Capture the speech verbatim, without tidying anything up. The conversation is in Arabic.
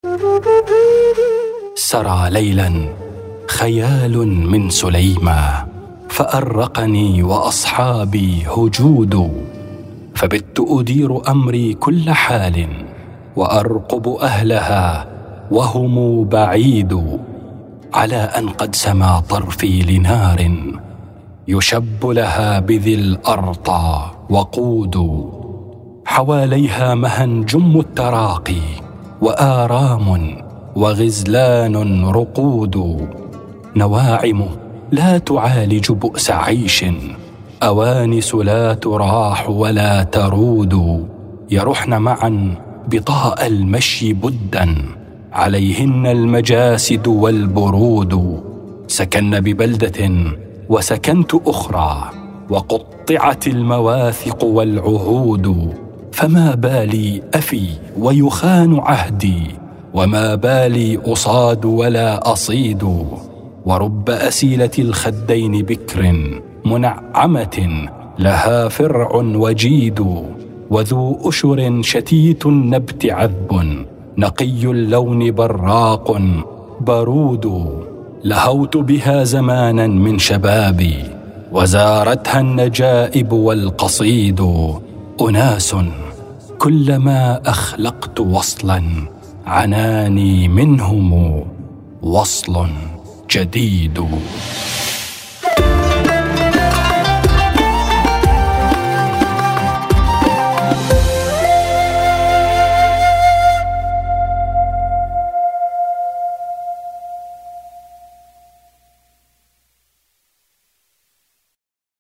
سرى ليلا خيال من سليمى فأرقني وأصحابي هجود، فبت أدير أمري كل حال وأرقب أهلها وهم بعيد، على أن قد سما طرفي لنار يشب لها بذي الأرطى وقود، حواليها مهنجم التراقي وآرام وغزلان رقود، نواعم لا تعالج بؤس عيش، أوانس لا تراح ولا ترود، يرحن معا بطاء المشي بدا، عليهن المجاسد والبرود، سكن ببلدة وسكنت أخرى، وقطعت المواثق والعهود، فما بالي أفي ويخان عهدي، وما بالي أصاد ولا أصيد، ورب أسيلة الخدين بكر منعمة لها فرع وجيد، وذو أشر شتيت النبت عذب، نقي اللون براق برود، لهوت بها زمانا من شبابي وزارتها النجائب والقصيد، أناس كلما أخلقت وصلا عناني منهم وصل جديد.